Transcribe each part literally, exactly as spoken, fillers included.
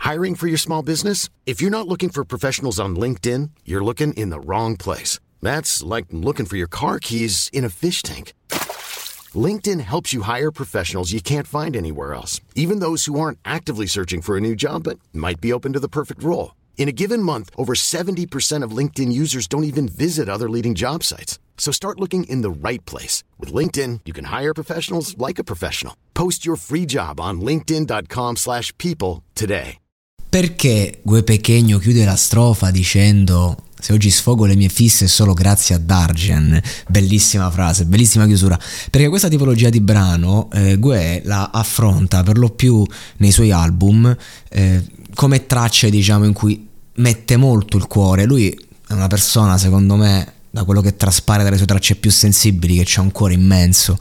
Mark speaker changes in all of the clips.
Speaker 1: Hiring for your small business? If you're not looking for professionals on LinkedIn, you're looking in the wrong place. That's like looking for your car keys in a fish tank. LinkedIn helps you hire professionals you can't find anywhere else, even those who aren't actively searching for a new job but might be open to the perfect role. In a given month, over seventy percent of LinkedIn users don't even visit other leading job sites. So start looking in the right place. With LinkedIn, you can hire professionals like a professional. Post your free job on linkedin.com slash people today.
Speaker 2: Perché Gue Pequeno chiude la strofa dicendo: se oggi sfogo le mie fisse è solo grazie a Dargen. Bellissima frase, bellissima chiusura. Perché questa tipologia di brano eh, Gue la affronta per lo più nei suoi album eh, come tracce, diciamo, in cui mette molto il cuore. Lui è una persona, secondo me, da quello che traspare dalle sue tracce più sensibili, che c'ha un cuore immenso,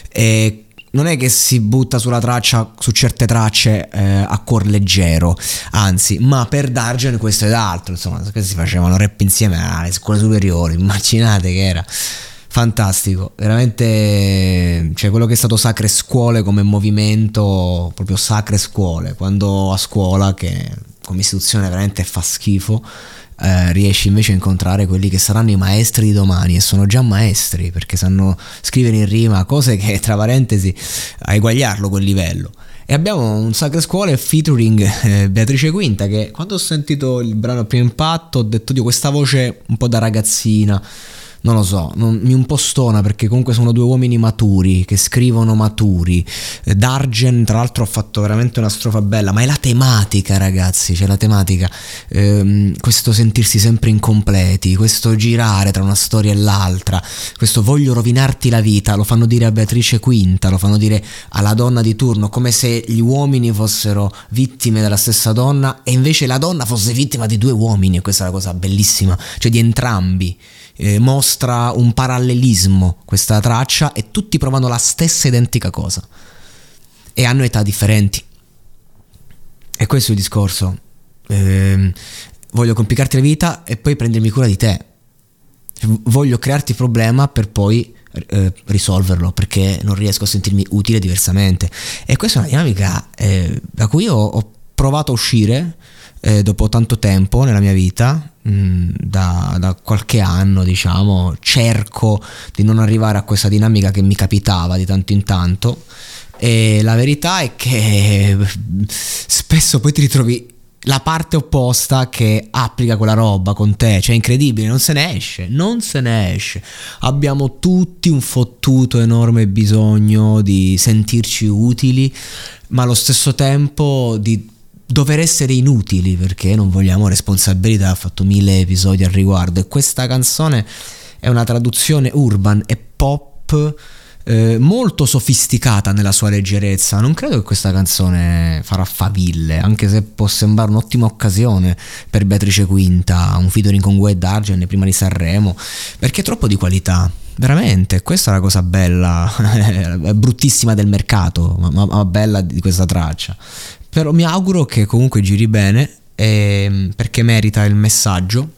Speaker 2: e non è che si butta sulla traccia, su certe tracce eh, a cuor leggero, anzi, ma per Dargen questo ed altro, insomma, si facevano rap insieme alle scuole superiori, immaginate che era fantastico, veramente, cioè quello che è stato Sacre Scuole come movimento, proprio Sacre Scuole, quando a scuola, che come istituzione veramente fa schifo, Eh, riesci invece a incontrare quelli che saranno i maestri di domani, e sono già maestri perché sanno scrivere in rima cose che, tra parentesi, a eguagliarlo quel livello. E abbiamo un Sacre Scuole featuring eh, Beatrice Quinta, che quando ho sentito il brano a primo impatto ho detto: Dio, questa voce un po' da ragazzina, non lo so, non, mi un po' stona, perché comunque sono due uomini maturi che scrivono maturi. Dargen tra l'altro ha fatto veramente una strofa bella, ma è la tematica, ragazzi, c'è la tematica, ehm, questo sentirsi sempre incompleti, questo girare tra una storia e l'altra, questo voglio rovinarti la vita, lo fanno dire a Beatrice Quinta, lo fanno dire alla donna di turno, come se gli uomini fossero vittime della stessa donna e invece la donna fosse vittima di due uomini, e questa è la cosa bellissima, cioè di entrambi. Eh, mostra un parallelismo questa traccia, e tutti provano la stessa identica cosa e hanno età differenti, e questo è il discorso. Eh, voglio complicarti la vita e poi prendermi cura di te, voglio crearti problema per poi eh, risolverlo, perché non riesco a sentirmi utile diversamente. E questa è una dinamica eh, da cui io ho provato a uscire eh, dopo tanto tempo nella mia vita. Da, da qualche anno, diciamo, cerco di non arrivare a questa dinamica che mi capitava di tanto in tanto, e la verità è che spesso poi ti ritrovi la parte opposta che applica quella roba con te, cioè è incredibile, non se ne esce, non se ne esce. Abbiamo tutti un fottuto enorme bisogno di sentirci utili, ma allo stesso tempo di dover essere inutili, perché non vogliamo responsabilità. Ha fatto mille episodi al riguardo, e questa canzone è una traduzione urban e pop eh, molto sofisticata nella sua leggerezza. Non credo che questa canzone farà faville, anche se può sembrare un'ottima occasione per Beatrice Quinta, un featuring con Gue e Dargen prima di Sanremo, perché è troppo di qualità. Veramente, questa è la cosa bella, bruttissima del mercato, ma, ma bella di questa traccia. Però mi auguro che comunque giri bene, e, perché merita il messaggio.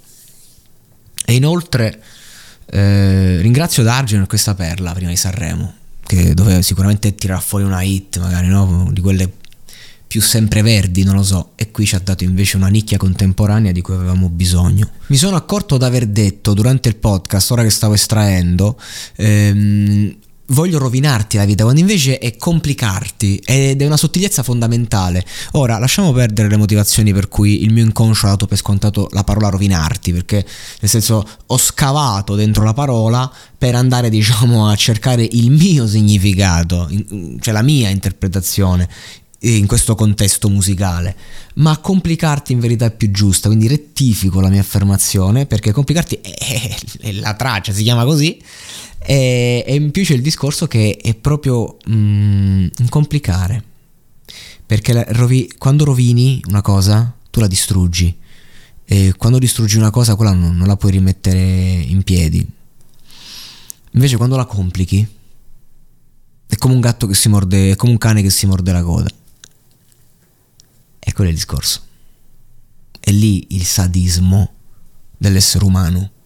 Speaker 2: E inoltre eh, ringrazio Dargen per questa perla prima di Sanremo, che doveva sicuramente tirare fuori una hit, magari, no? Di quelle più sempreverdi, non lo so, e qui ci ha dato invece una nicchia contemporanea di cui avevamo bisogno. Mi sono accorto d'aver detto durante il podcast, ora che stavo estraendo, ehm, voglio rovinarti la vita, quando invece è complicarti, ed è una sottigliezza fondamentale. Ora lasciamo perdere le motivazioni per cui il mio inconscio ha dato per scontato la parola rovinarti, perché nel senso ho scavato dentro la parola per andare, diciamo, a cercare il mio significato, cioè la mia interpretazione in questo contesto musicale. Ma complicarti in verità è più giusta, quindi rettifico la mia affermazione, perché complicarti è, è la traccia, si chiama così. E, e in più c'è il discorso che è proprio mm, un complicare, perché la, rovi, quando rovini una cosa tu la distruggi, e quando distruggi una cosa quella non, non la puoi rimettere in piedi. Invece quando la complichi è come un gatto che si morde, è come un cane che si morde la coda, e quello è il discorso. È lì il sadismo dell'essere umano.